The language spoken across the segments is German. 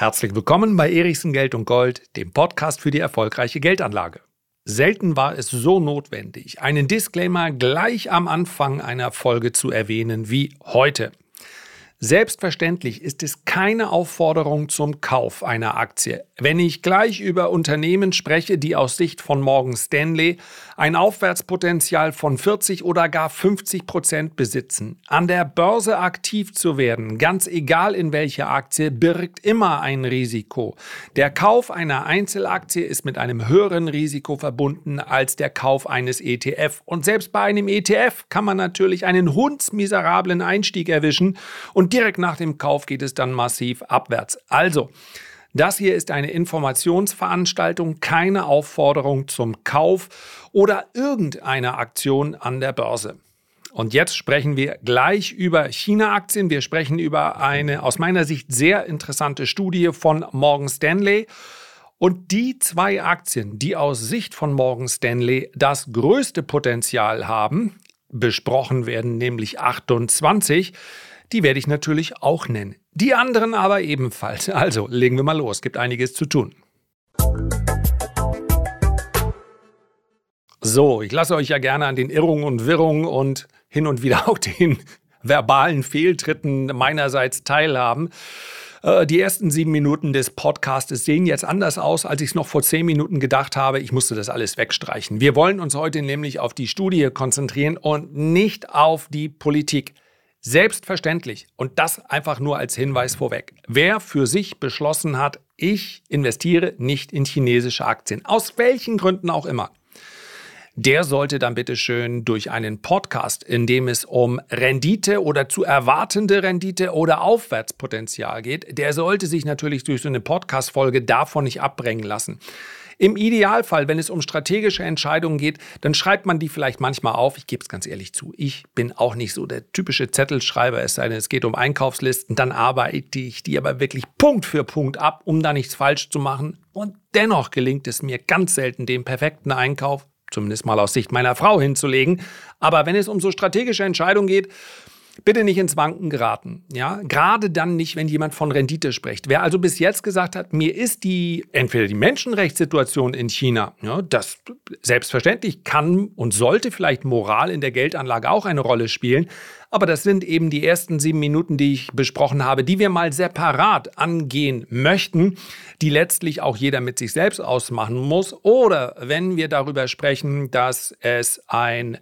Herzlich willkommen bei Erichsen Geld und Gold, dem Podcast für die erfolgreiche Geldanlage. Selten war es so notwendig, einen Disclaimer gleich am Anfang einer Folge zu erwähnen wie heute. Selbstverständlich ist es keine Aufforderung zum Kauf einer Aktie. Wenn ich gleich über Unternehmen spreche, die aus Sicht von Morgan Stanley ein Aufwärtspotenzial von 40 oder gar 50% besitzen, an der Börse aktiv zu werden, ganz egal in welcher Aktie, birgt immer ein Risiko. Der Kauf einer Einzelaktie ist mit einem höheren Risiko verbunden als der Kauf eines ETF. Und selbst bei einem ETF kann man natürlich einen hundsmiserablen Einstieg erwischen und direkt nach dem Kauf geht es dann massiv abwärts. Also, das hier ist eine Informationsveranstaltung, keine Aufforderung zum Kauf oder irgendeiner Aktion an der Börse. Und jetzt sprechen wir gleich über China-Aktien. Wir sprechen über eine aus meiner Sicht sehr interessante Studie von Morgan Stanley. Und die zwei Aktien, die aus Sicht von Morgan Stanley das größte Potenzial haben, besprochen werden nämlich 28, die werde ich natürlich auch nennen. Die anderen aber ebenfalls. Also, legen wir mal los. Gibt einiges zu tun. So, ich lasse euch ja gerne an den Irrungen und Wirrungen und hin und wieder auch den verbalen Fehltritten meinerseits teilhaben. Die ersten 7 Minuten des Podcastes sehen jetzt anders aus, als ich es noch vor 10 Minuten gedacht habe. Ich musste das alles wegstreichen. Wir wollen uns heute nämlich auf die Studie konzentrieren und nicht auf die Politik. Selbstverständlich, und das einfach nur als Hinweis vorweg, wer für sich beschlossen hat, ich investiere nicht in chinesische Aktien, aus welchen Gründen auch immer, der sollte dann bitte schön durch einen Podcast, in dem es um Rendite oder zu erwartende Rendite oder Aufwärtspotenzial geht, der sollte sich natürlich durch so eine Podcast-Folge davon nicht abbringen lassen. Im Idealfall, wenn es um strategische Entscheidungen geht, dann schreibt man die vielleicht manchmal auf. Ich gebe es ganz ehrlich zu, ich bin auch nicht so der typische Zettelschreiber, es sei denn, es geht um Einkaufslisten. Dann arbeite ich die aber wirklich Punkt für Punkt ab, um da nichts falsch zu machen. Und dennoch gelingt es mir ganz selten, den perfekten Einkauf, zumindest mal aus Sicht meiner Frau, hinzulegen. Aber wenn es um so strategische Entscheidungen geht, bitte nicht ins Wanken geraten, ja? Gerade dann nicht, wenn jemand von Rendite spricht. Wer also bis jetzt gesagt hat, mir ist entweder die Menschenrechtssituation in China, ja, das selbstverständlich kann und sollte vielleicht Moral in der Geldanlage auch eine Rolle spielen, aber das sind eben die ersten 7 Minuten, die ich besprochen habe, die wir mal separat angehen möchten, die letztlich auch jeder mit sich selbst ausmachen muss. Oder wenn wir darüber sprechen, dass es ein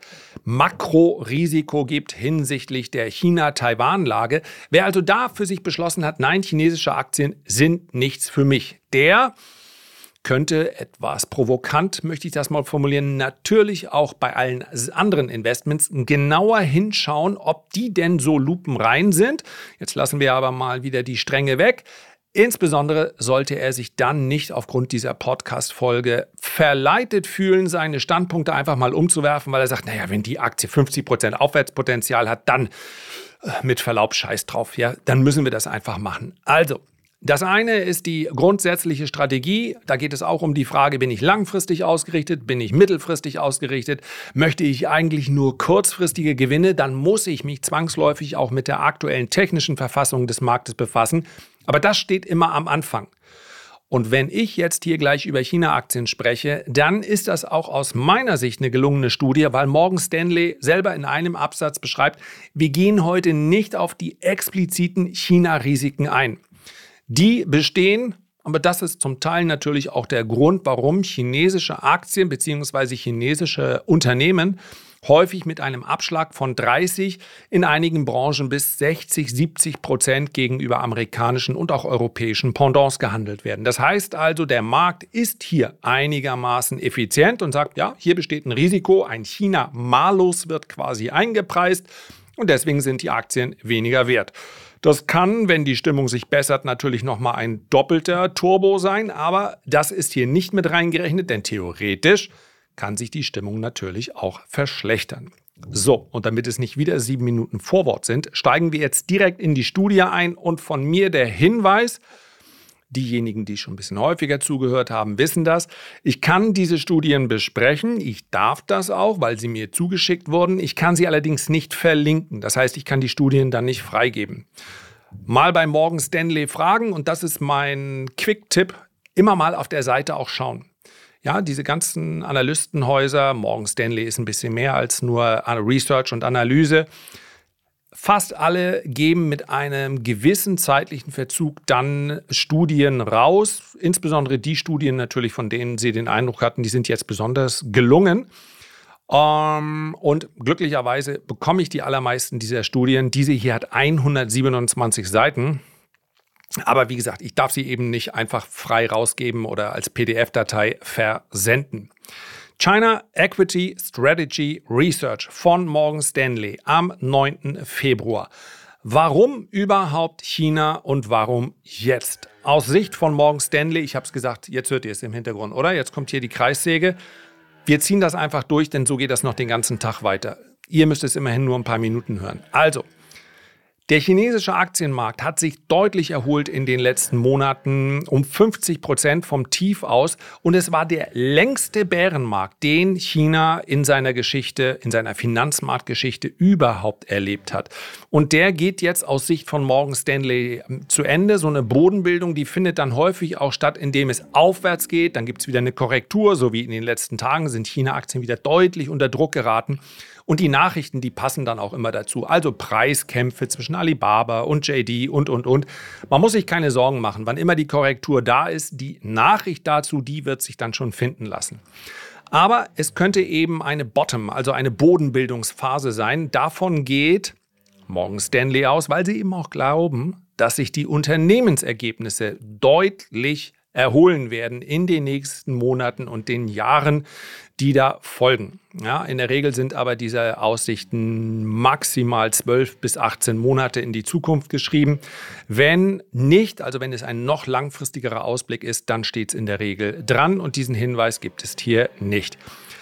Makrorisiko gibt hinsichtlich der China-Taiwan-Lage. Wer also da für sich beschlossen hat, nein, chinesische Aktien sind nichts für mich, der könnte etwas provokant, möchte ich das mal formulieren, natürlich auch bei allen anderen Investments genauer hinschauen, ob die denn so lupenrein sind. Jetzt lassen wir aber mal wieder die Stränge weg. Insbesondere sollte er sich dann nicht aufgrund dieser Podcast-Folge verleitet fühlen, seine Standpunkte einfach mal umzuwerfen, weil er sagt, naja, wenn die Aktie 50% Aufwärtspotenzial hat, dann mit Verlaub scheiß drauf, ja, dann müssen wir das einfach machen. Also, das eine ist die grundsätzliche Strategie. Da geht es auch um die Frage, bin ich langfristig ausgerichtet, bin ich mittelfristig ausgerichtet, möchte ich eigentlich nur kurzfristige Gewinne, dann muss ich mich zwangsläufig auch mit der aktuellen technischen Verfassung des Marktes befassen. Aber das steht immer am Anfang. Und wenn ich jetzt hier gleich über China-Aktien spreche, dann ist das auch aus meiner Sicht eine gelungene Studie, weil Morgan Stanley selber in einem Absatz beschreibt, wir gehen heute nicht auf die expliziten China-Risiken ein. Die bestehen, aber das ist zum Teil natürlich auch der Grund, warum chinesische Aktien bzw. chinesische Unternehmen häufig mit einem Abschlag von 30, in einigen Branchen bis 60-70% gegenüber amerikanischen und auch europäischen Pendants gehandelt werden. Das heißt also, der Markt ist hier einigermaßen effizient und sagt, ja, hier besteht ein Risiko, ein China-Malus wird quasi eingepreist und deswegen sind die Aktien weniger wert. Das kann, wenn die Stimmung sich bessert, natürlich nochmal ein doppelter Turbo sein, aber das ist hier nicht mit reingerechnet, denn theoretisch kann sich die Stimmung natürlich auch verschlechtern. So, und damit es nicht wieder 7 Minuten Vorwort sind, steigen wir jetzt direkt in die Studie ein und von mir der Hinweis, diejenigen, die schon ein bisschen häufiger zugehört haben, wissen das. Ich kann diese Studien besprechen, ich darf das auch, weil sie mir zugeschickt wurden. Ich kann sie allerdings nicht verlinken, das heißt, ich kann die Studien dann nicht freigeben. Mal bei Morgan Stanley fragen und das ist mein Quick-Tipp, immer mal auf der Seite auch schauen. Ja, diese ganzen Analystenhäuser, Morgan Stanley ist ein bisschen mehr als nur Research und Analyse. Fast alle geben mit einem gewissen zeitlichen Verzug dann Studien raus. Insbesondere die Studien natürlich, von denen Sie den Eindruck hatten, die sind jetzt besonders gelungen. Und glücklicherweise bekomme ich die allermeisten dieser Studien. Diese hier hat 127 Seiten. Aber wie gesagt, ich darf sie eben nicht einfach frei rausgeben oder als PDF-Datei versenden. China Equity Strategy Research von Morgan Stanley am 9. Februar. Warum überhaupt China und warum jetzt? Aus Sicht von Morgan Stanley, ich habe es gesagt, jetzt hört ihr es im Hintergrund, oder? Jetzt kommt hier die Kreissäge. Wir ziehen das einfach durch, denn so geht das noch den ganzen Tag weiter. Ihr müsst es immerhin nur ein paar Minuten hören. Also, der chinesische Aktienmarkt hat sich deutlich erholt in den letzten Monaten, um 50% vom Tief aus. Und es war der längste Bärenmarkt, den China in seiner Geschichte, in seiner Finanzmarktgeschichte überhaupt erlebt hat. Und der geht jetzt aus Sicht von Morgan Stanley zu Ende. So eine Bodenbildung, die findet dann häufig auch statt, indem es aufwärts geht. Dann gibt es wieder eine Korrektur, so wie in den letzten Tagen sind China-Aktien wieder deutlich unter Druck geraten. Und die Nachrichten, die passen dann auch immer dazu. Also Preiskämpfe zwischen Alibaba und JD und. Man muss sich keine Sorgen machen. Wann immer die Korrektur da ist, die Nachricht dazu, die wird sich dann schon finden lassen. Aber es könnte eben eine Bottom, also eine Bodenbildungsphase sein. Davon geht Morgan Stanley aus, weil sie eben auch glauben, dass sich die Unternehmensergebnisse deutlich erholen werden in den nächsten Monaten und den Jahren, die da folgen. Ja, in der Regel sind aber diese Aussichten maximal 12 bis 18 Monate in die Zukunft geschrieben. Wenn nicht, also wenn es ein noch langfristigerer Ausblick ist, dann steht es in der Regel dran und diesen Hinweis gibt es hier nicht.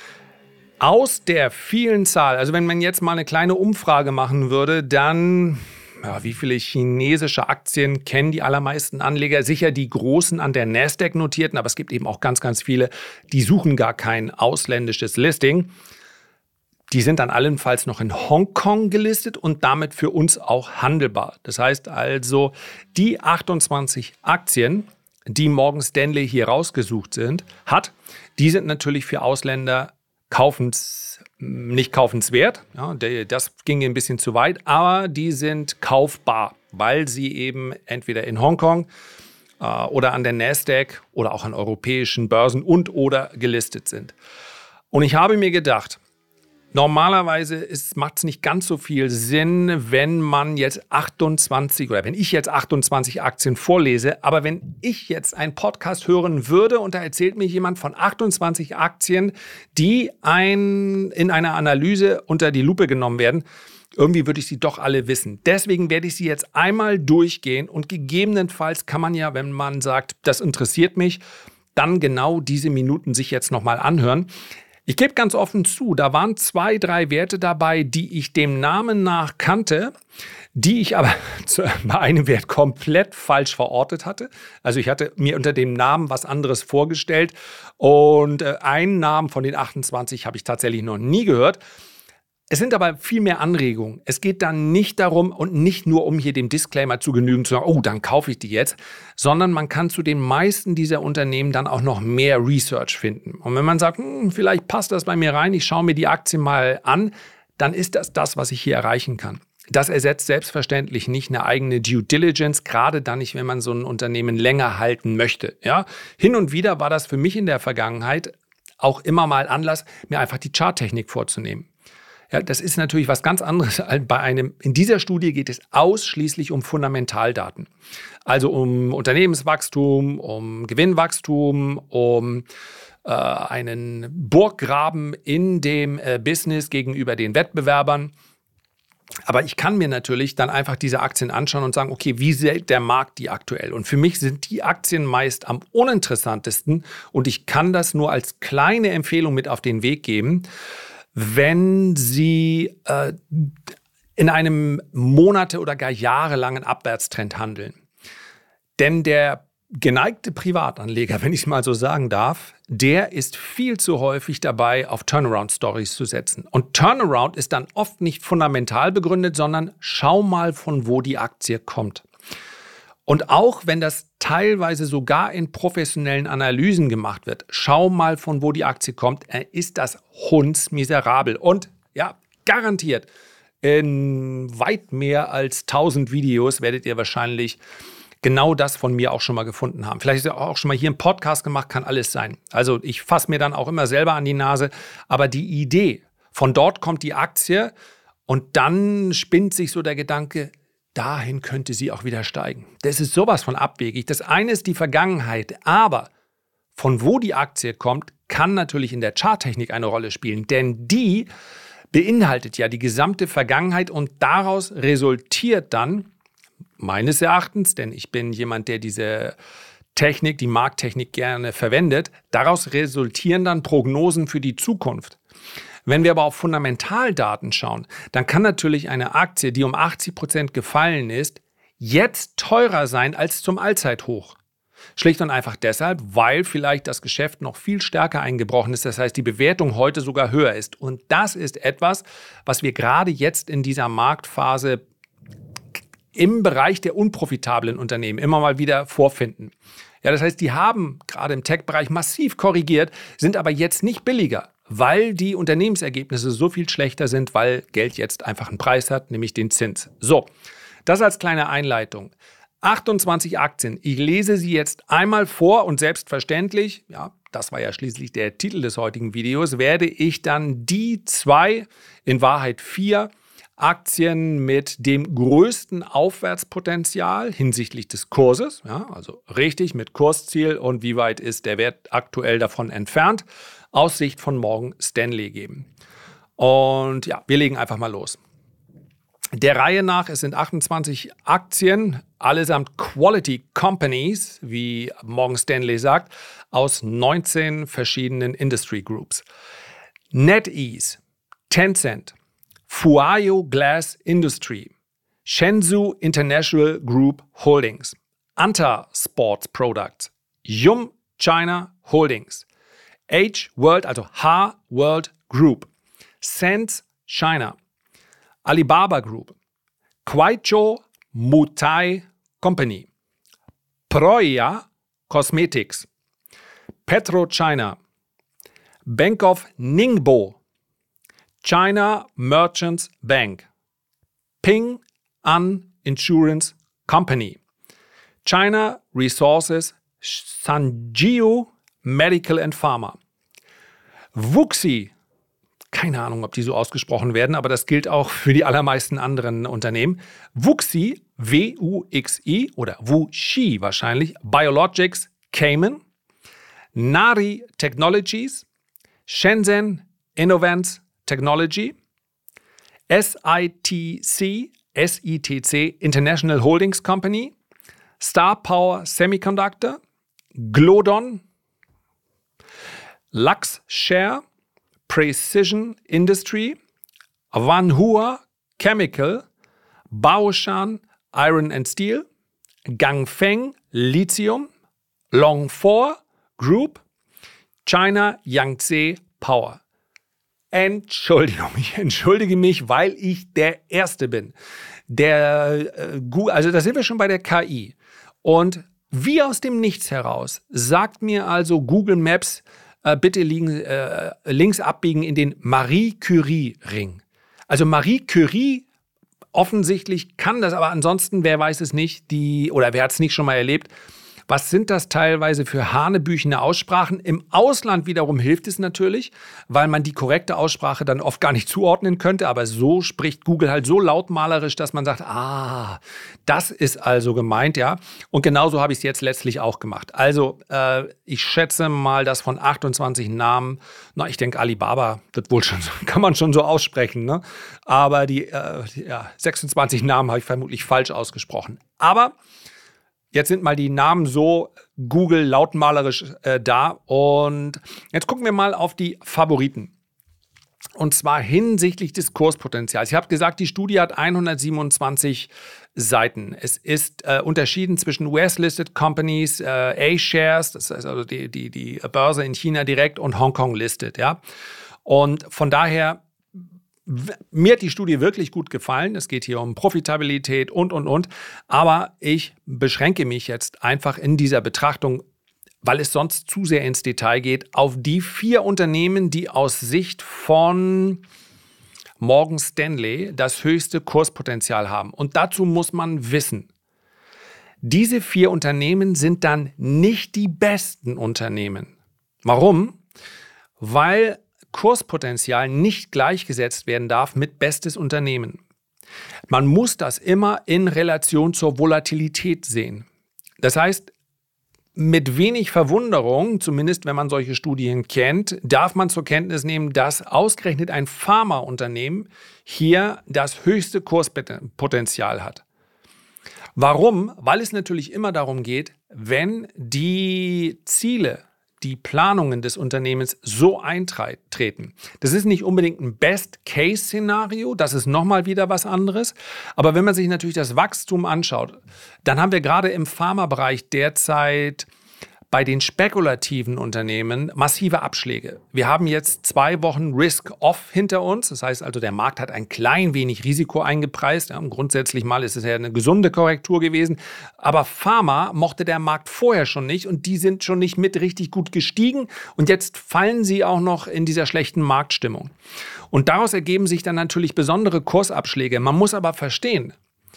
Aus der vielen Zahl, also wenn man jetzt mal eine kleine Umfrage machen würde, dann wie viele chinesische Aktien kennen die allermeisten Anleger? Sicher die großen an der Nasdaq notierten, aber es gibt eben auch ganz, ganz viele, die suchen gar kein ausländisches Listing. Die sind dann allenfalls noch in Hongkong gelistet und damit für uns auch handelbar. Das heißt also, die 28 Aktien, die Morgan Stanley hier rausgesucht hat, die sind natürlich für Ausländer nicht kaufenswert, ja, das ging ein bisschen zu weit, aber die sind kaufbar, weil sie eben entweder in Hongkong oder an der Nasdaq oder auch an europäischen Börsen oder gelistet sind. Und ich habe mir gedacht, normalerweise macht es nicht ganz so viel Sinn, wenn man jetzt 28 oder wenn ich jetzt 28 Aktien vorlese, aber wenn ich jetzt einen Podcast hören würde und da erzählt mir jemand von 28 Aktien, die in einer Analyse unter die Lupe genommen werden, irgendwie würde ich sie doch alle wissen. Deswegen werde ich sie jetzt einmal durchgehen und gegebenenfalls kann man ja, wenn man sagt, das interessiert mich, dann genau diese Minuten sich jetzt nochmal anhören. Ich gebe ganz offen zu, da waren 2, 3 Werte dabei, die ich dem Namen nach kannte, die ich aber bei einem Wert komplett falsch verortet hatte. Also ich hatte mir unter dem Namen was anderes vorgestellt und einen Namen von den 28 habe ich tatsächlich noch nie gehört. Es sind aber viel mehr Anregungen. Es geht dann nicht darum und nicht nur um hier dem Disclaimer zu genügen, zu sagen, oh, dann kaufe ich die jetzt, sondern man kann zu den meisten dieser Unternehmen dann auch noch mehr Research finden. Und wenn man sagt, vielleicht passt das bei mir rein, ich schaue mir die Aktie mal an, dann ist das, was ich hier erreichen kann. Das ersetzt selbstverständlich nicht eine eigene Due Diligence, gerade dann nicht, wenn man so ein Unternehmen länger halten möchte. Ja? Hin und wieder war das für mich in der Vergangenheit auch immer mal Anlass, mir einfach die Charttechnik vorzunehmen. Ja, das ist natürlich was ganz anderes als in dieser Studie geht es ausschließlich um Fundamentaldaten. Also um Unternehmenswachstum, um Gewinnwachstum, um einen Burggraben in dem Business gegenüber den Wettbewerbern. Aber ich kann mir natürlich dann einfach diese Aktien anschauen und sagen, okay, wie sieht der Markt die aktuell? Und für mich sind die Aktien meist am uninteressantesten und ich kann das nur als kleine Empfehlung mit auf den Weg geben, wenn Sie in einem Monate- oder gar jahrelangen Abwärtstrend handeln. Denn der geneigte Privatanleger, wenn ich es mal so sagen darf, der ist viel zu häufig dabei, auf Turnaround-Stories zu setzen. Und Turnaround ist dann oft nicht fundamental begründet, sondern schau mal, von wo die Aktie kommt. Und auch wenn das teilweise sogar in professionellen Analysen gemacht wird, schau mal, von wo die Aktie kommt, ist das hundsmiserabel. Und ja, garantiert, in weit mehr als 1000 Videos werdet ihr wahrscheinlich genau das von mir auch schon mal gefunden haben. Vielleicht ist ja auch schon mal hier ein Podcast gemacht, kann alles sein. Also ich fasse mir dann auch immer selber an die Nase. Aber die Idee, von dort kommt die Aktie und dann spinnt sich so der Gedanke, dahin könnte sie auch wieder steigen. Das ist sowas von abwegig. Das eine ist die Vergangenheit, aber von wo die Aktie kommt, kann natürlich in der Charttechnik eine Rolle spielen. Denn die beinhaltet ja die gesamte Vergangenheit und daraus resultiert dann, meines Erachtens, denn ich bin jemand, der diese Technik, die Markttechnik gerne verwendet, daraus resultieren dann Prognosen für die Zukunft. Wenn wir aber auf Fundamentaldaten schauen, dann kann natürlich eine Aktie, die um 80% gefallen ist, jetzt teurer sein als zum Allzeithoch. Schlicht und einfach deshalb, weil vielleicht das Geschäft noch viel stärker eingebrochen ist. Das heißt, die Bewertung heute sogar höher ist. Und das ist etwas, was wir gerade jetzt in dieser Marktphase im Bereich der unprofitablen Unternehmen immer mal wieder vorfinden. Ja, das heißt, die haben gerade im Tech-Bereich massiv korrigiert, sind aber jetzt nicht billiger, weil die Unternehmensergebnisse so viel schlechter sind, weil Geld jetzt einfach einen Preis hat, nämlich den Zins. So, das als kleine Einleitung. 28 Aktien. Ich lese sie jetzt einmal vor und selbstverständlich, ja, das war ja schließlich der Titel des heutigen Videos, werde ich dann die 2, in Wahrheit 4 Aktien mit dem größten Aufwärtspotenzial hinsichtlich des Kurses, ja, also richtig mit Kursziel und wie weit ist der Wert aktuell davon entfernt, aus Sicht von Morgan Stanley geben. Und ja, wir legen einfach mal los. Der Reihe nach, es sind 28 Aktien, allesamt Quality Companies, wie Morgan Stanley sagt, aus 19 verschiedenen Industry Groups. NetEase, Tencent, Fuayo Glass Industry, Shenzhou International Group Holdings, Anta Sports Products, Yum China Holdings, H World, also H World Group, Sense China, Alibaba Group, Kuaishou Mutai Company, Proya Cosmetics, PetroChina, Bank of Ningbo, China Merchants Bank, Ping An Insurance Company, China Resources Sanjiu Medical and Pharma, Wuxi, keine Ahnung, ob die so ausgesprochen werden, aber das gilt auch für die allermeisten anderen Unternehmen. Wuxi, W-U-X-I oder Wuxi wahrscheinlich, Biologics Cayman, Nari Technologies, Shenzhen Innovance Technology, SITC International Holdings Company, Star Power Semiconductor, Glodon, Luxshare, Precision Industry, Wanhua Chemical, Baoshan Iron and Steel, Ganfeng Lithium, Longfor Group, China Yangtze Power. Entschuldigung, ich entschuldige mich, weil ich der Erste bin. Also da sind wir schon bei der KI. Und wie aus dem Nichts heraus sagt mir also Google Maps, bitte links abbiegen in den Marie Curie-Ring. Also Marie Curie offensichtlich kann das, aber ansonsten, wer weiß es nicht, oder wer hat es nicht schon mal erlebt, was sind das teilweise für hanebüchene Aussprachen? Im Ausland wiederum hilft es natürlich, weil man die korrekte Aussprache dann oft gar nicht zuordnen könnte. Aber so spricht Google halt so lautmalerisch, dass man sagt, das ist also gemeint, ja. Und genauso habe ich es jetzt letztlich auch gemacht. Also ich schätze mal, dass von 28 Namen, ich denke Alibaba wird wohl schon, kann man schon so aussprechen, ne? Aber die 26 Namen habe ich vermutlich falsch ausgesprochen. Aber jetzt sind mal die Namen so Google lautmalerisch da. Und jetzt gucken wir mal auf die Favoriten. Und zwar hinsichtlich des Kurspotenzials. Ich habe gesagt, die Studie hat 127 Seiten. Es ist unterschieden zwischen US-listed Companies, A-Shares, das heißt also die Börse in China direkt, und Hongkong-listed. Ja? Und von daher, mir hat die Studie wirklich gut gefallen. Es geht hier um Profitabilität und. Aber ich beschränke mich jetzt einfach in dieser Betrachtung, weil es sonst zu sehr ins Detail geht, auf die 4 Unternehmen, die aus Sicht von Morgan Stanley das höchste Kurspotenzial haben. Und dazu muss man wissen, diese 4 Unternehmen sind dann nicht die besten Unternehmen. Warum? Weil Kurspotenzial nicht gleichgesetzt werden darf mit bestes Unternehmen. Man muss das immer in Relation zur Volatilität sehen. Das heißt, mit wenig Verwunderung, zumindest wenn man solche Studien kennt, darf man zur Kenntnis nehmen, dass ausgerechnet ein Pharmaunternehmen hier das höchste Kurspotenzial hat. Warum? Weil es natürlich immer darum geht, wenn die Ziele, die Planungen des Unternehmens so eintreten. Das ist nicht unbedingt ein Best-Case-Szenario, das ist nochmal wieder was anderes. Aber wenn man sich natürlich das Wachstum anschaut, dann haben wir gerade im Pharmabereich derzeit bei den spekulativen Unternehmen massive Abschläge. Wir haben jetzt 2 Wochen Risk-Off hinter uns. Das heißt also, der Markt hat ein klein wenig Risiko eingepreist. Ja, grundsätzlich mal ist es ja eine gesunde Korrektur gewesen. Aber Pharma mochte der Markt vorher schon nicht und die sind schon nicht mit richtig gut gestiegen. Und jetzt fallen sie auch noch in dieser schlechten Marktstimmung. Und daraus ergeben sich dann natürlich besondere Kursabschläge. Man muss aber verstehen,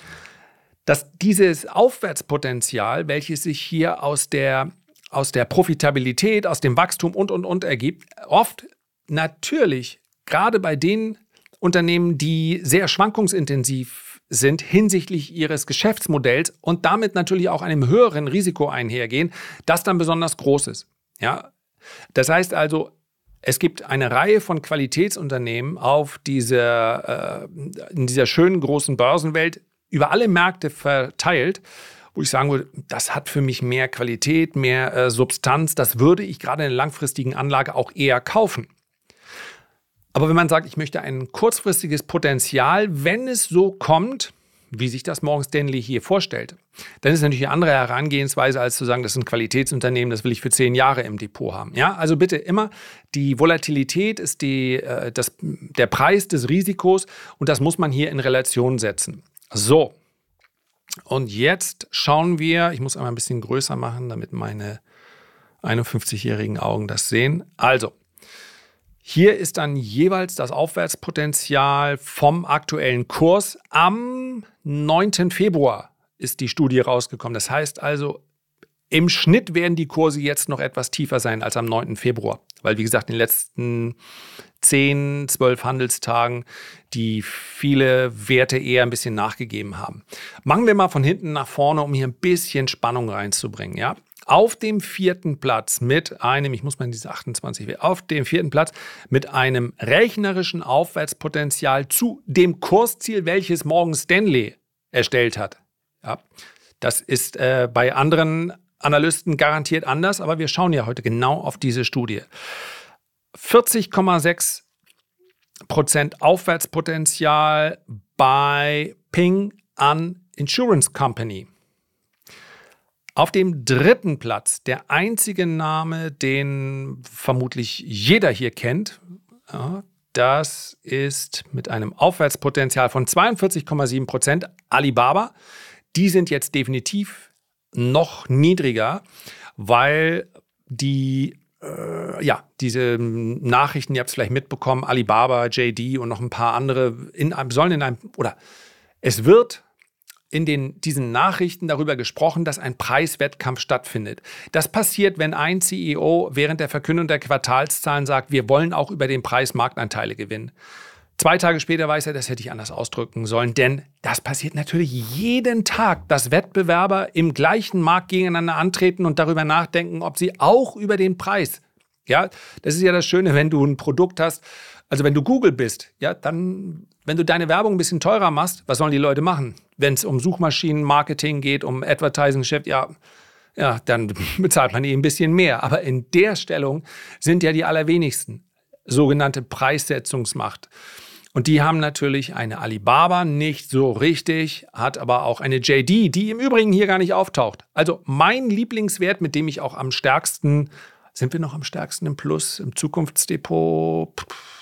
dass dieses Aufwärtspotenzial, welches sich hier aus der Profitabilität, aus dem Wachstum und ergibt, oft natürlich gerade bei den Unternehmen, die sehr schwankungsintensiv sind hinsichtlich ihres Geschäftsmodells und damit natürlich auch einem höheren Risiko einhergehen, das dann besonders groß ist. Ja? Das heißt also, es gibt eine Reihe von Qualitätsunternehmen in dieser schönen großen Börsenwelt über alle Märkte verteilt, wo ich sagen würde, das hat für mich mehr Qualität, mehr Substanz. Das würde ich gerade in der langfristigen Anlage auch eher kaufen. Aber wenn man sagt, ich möchte ein kurzfristiges Potenzial, wenn es so kommt, wie sich das Morgan Stanley hier vorstellt, dann ist es natürlich eine andere Herangehensweise, als zu sagen, das ist ein Qualitätsunternehmen, das will ich für 10 Jahre im Depot haben. Ja, also bitte immer, die Volatilität ist der Preis des Risikos und das muss man hier in Relation setzen. So. Und jetzt schauen wir, ich muss einmal ein bisschen größer machen, damit meine 51-jährigen Augen das sehen. Also, hier ist dann jeweils das Aufwärtspotenzial vom aktuellen Kurs. Am 9. Februar ist die Studie rausgekommen. Das heißt also, im Schnitt werden die Kurse jetzt noch etwas tiefer sein als am 9. Februar. Weil, wie gesagt, in den letzten 10, 12 Handelstagen die viele Werte eher ein bisschen nachgegeben haben. Machen wir mal von hinten nach vorne, um hier ein bisschen Spannung reinzubringen. Ja? Auf dem 4. Platz mit einem, ich muss mal in diese 28, auf dem 4. Platz mit einem rechnerischen Aufwärtspotenzial zu dem Kursziel, welches Morgan Stanley erstellt hat. Ja? Das ist bei anderen Analysten garantiert anders, aber wir schauen ja heute genau auf diese Studie. 40,6% Aufwärtspotenzial bei Ping An Insurance Company. Auf dem 3. Platz, der einzige Name, den vermutlich jeder hier kennt, ja, das ist mit einem Aufwärtspotenzial von 42,7% Alibaba. Die sind jetzt definitiv noch niedriger, weil diese Nachrichten, ihr habt es vielleicht mitbekommen, Alibaba, JD und noch ein paar andere, es wird in diesen Nachrichten darüber gesprochen, dass ein Preiswettkampf stattfindet. Das passiert, wenn ein CEO während der Verkündung der Quartalszahlen sagt, wir wollen auch über den Preis Marktanteile gewinnen. 2 Tage später weiß er, das hätte ich anders ausdrücken sollen, denn das passiert natürlich jeden Tag, dass Wettbewerber im gleichen Markt gegeneinander antreten und darüber nachdenken, ob sie auch über den Preis, ja, das ist ja das Schöne, wenn du ein Produkt hast, also wenn du Google bist, ja, dann, wenn du deine Werbung ein bisschen teurer machst, was sollen die Leute machen? Wenn es um Suchmaschinenmarketing geht, um Advertising-Geschäft, ja, dann bezahlt man eben ein bisschen mehr. Aber in der Stellung sind ja die allerwenigsten. sogenannte Preissetzungsmacht. Und die haben natürlich eine Alibaba nicht so richtig, hat aber auch eine JD, die im Übrigen hier gar nicht auftaucht. Also mein Lieblingswert, mit dem ich auch am stärksten, sind wir noch am stärksten im Plus, im Zukunftsdepot?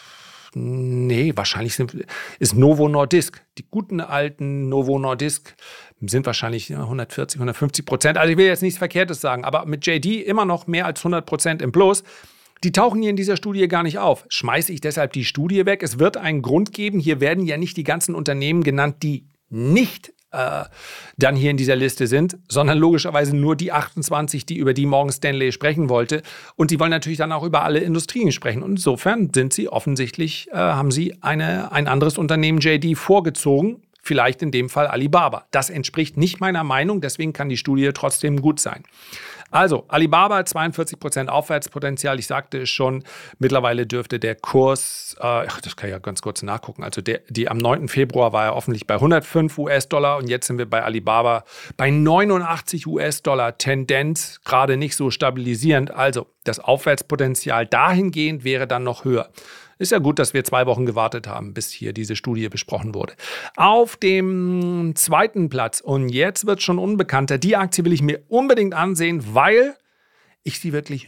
Nee, wahrscheinlich ist Novo Nordisk. Die guten alten Novo Nordisk sind wahrscheinlich 140, 150%. Also ich will jetzt nichts Verkehrtes sagen, aber mit JD immer noch mehr als 100% im Plus. Die tauchen hier in dieser Studie gar nicht auf. Schmeiße ich deshalb die Studie weg? Es wird einen Grund geben. Hier werden ja nicht die ganzen Unternehmen genannt, die nicht dann hier in dieser Liste sind, sondern logischerweise nur die 28, über die Morgan Stanley sprechen wollte. Und die wollen natürlich dann auch über alle Industrien sprechen. Und insofern sind sie offensichtlich, haben sie ein anderes Unternehmen, JD, vorgezogen. Vielleicht in dem Fall Alibaba. Das entspricht nicht meiner Meinung, deswegen kann die Studie trotzdem gut sein. Also, Alibaba 42% Aufwärtspotenzial. Ich sagte es schon, mittlerweile dürfte der Kurs, das kann ich ja ganz kurz nachgucken, also am 9. Februar war er offensichtlich bei 105 US-Dollar und jetzt sind wir bei Alibaba bei 89 US-Dollar. Tendenz gerade nicht so stabilisierend. Also, das Aufwärtspotenzial dahingehend wäre dann noch höher. Ist ja gut, dass wir 2 Wochen gewartet haben, bis hier diese Studie besprochen wurde. Auf dem 2. Platz, und jetzt wird es schon unbekannter, die Aktie will ich mir unbedingt ansehen, weil ich sie wirklich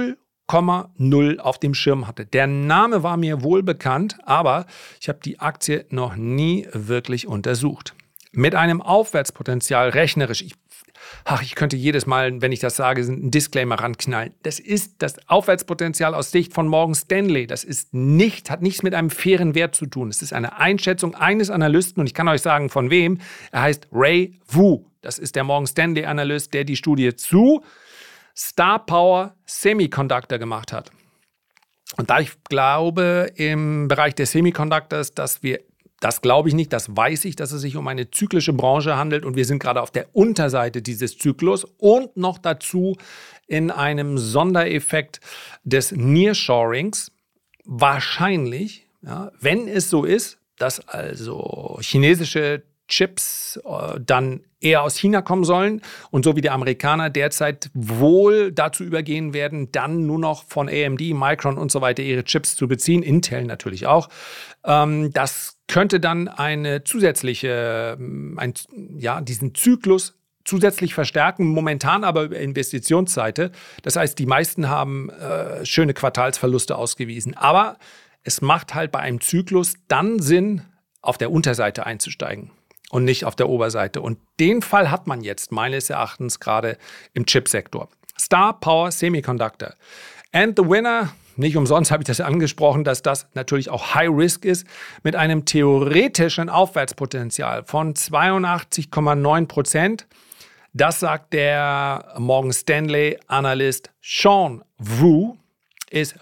0,0 auf dem Schirm hatte. Der Name war mir wohl bekannt, aber ich habe die Aktie noch nie wirklich untersucht. Mit einem Aufwärtspotenzial rechnerisch, ich könnte jedes Mal, wenn ich das sage, einen Disclaimer ranknallen. Das ist das Aufwärtspotenzial aus Sicht von Morgan Stanley. Das hat nichts mit einem fairen Wert zu tun. Es ist eine Einschätzung eines Analysten und ich kann euch sagen, von wem. Er heißt Ray Wu. Das ist der Morgan Stanley Analyst, der die Studie zu Star Power Semiconductor gemacht hat. Und da ich glaube, im Bereich der Semiconductors, das glaube ich nicht, das weiß ich, dass es sich um eine zyklische Branche handelt und wir sind gerade auf der Unterseite dieses Zyklus und noch dazu in einem Sondereffekt des Nearshorings. Wahrscheinlich, ja, wenn es so ist, dass also chinesische Chips dann eher aus China kommen sollen und so wie die Amerikaner derzeit wohl dazu übergehen werden, dann nur noch von AMD, Micron und so weiter ihre Chips zu beziehen, Intel natürlich auch. Das könnte dann eine zusätzliche, diesen Zyklus zusätzlich verstärken, momentan aber über Investitionsseite. Das heißt, die meisten haben schöne Quartalsverluste ausgewiesen. Aber es macht halt bei einem Zyklus dann Sinn, auf der Unterseite einzusteigen und nicht auf der Oberseite. Und den Fall hat man jetzt meines Erachtens gerade im Chipsektor. Star Power Semiconductor. And the winner, nicht umsonst habe ich das angesprochen, dass das natürlich auch High Risk ist, mit einem theoretischen Aufwärtspotenzial von 82,9%. Das sagt der Morgan Stanley Analyst Sean Wu, ist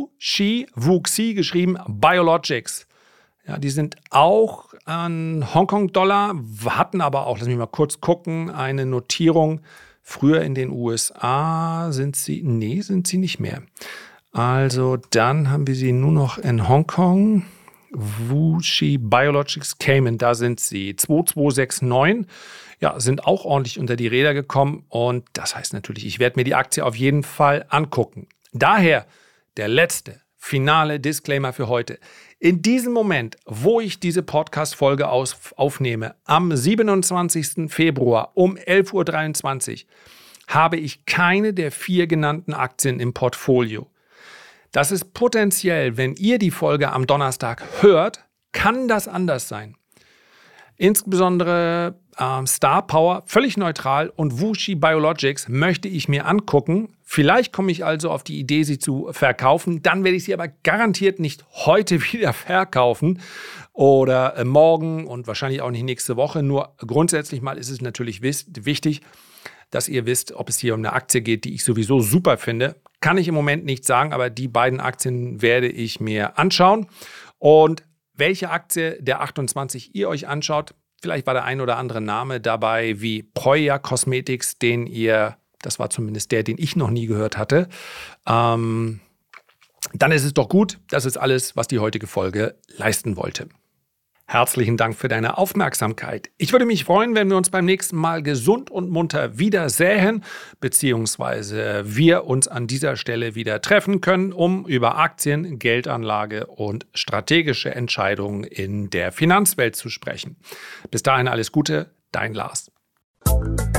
Wuxi geschrieben, Biologics. Ja, die sind auch an Hongkong-Dollar, hatten aber auch, lass mich mal kurz gucken, eine Notierung. Früher in den USA sind sie nicht mehr. Also dann haben wir sie nur noch in Hongkong. Wuxi Biologics Cayman, da sind sie 2269. Ja, sind auch ordentlich unter die Räder gekommen und das heißt natürlich, ich werde mir die Aktie auf jeden Fall angucken. Daher der letzte, finale Disclaimer für heute. In diesem Moment, wo ich diese Podcast-Folge aufnehme, am 27. Februar um 11:23 Uhr, habe ich keine der 4 genannten Aktien im Portfolio. Das ist potenziell, wenn ihr die Folge am Donnerstag hört, kann das anders sein. Insbesondere Star Power, völlig neutral, und Wuxi Biologics möchte ich mir angucken. Vielleicht komme ich also auf die Idee, sie zu verkaufen. Dann werde ich sie aber garantiert nicht heute wieder verkaufen oder morgen und wahrscheinlich auch nicht nächste Woche. Nur grundsätzlich mal ist es natürlich wichtig, dass ihr wisst, ob es hier um eine Aktie geht, die ich sowieso super finde. Kann ich im Moment nicht sagen, aber die beiden Aktien werde ich mir anschauen. Und welche Aktie der 28 ihr euch anschaut, vielleicht war der ein oder andere Name dabei, wie Proya Cosmetics, das war zumindest der, den ich noch nie gehört hatte. Dann ist es doch gut. Das ist alles, was die heutige Folge leisten wollte. Herzlichen Dank für deine Aufmerksamkeit. Ich würde mich freuen, wenn wir uns beim nächsten Mal gesund und munter wiedersähen, beziehungsweise wir uns an dieser Stelle wieder treffen können, um über Aktien, Geldanlage und strategische Entscheidungen in der Finanzwelt zu sprechen. Bis dahin alles Gute, dein Lars.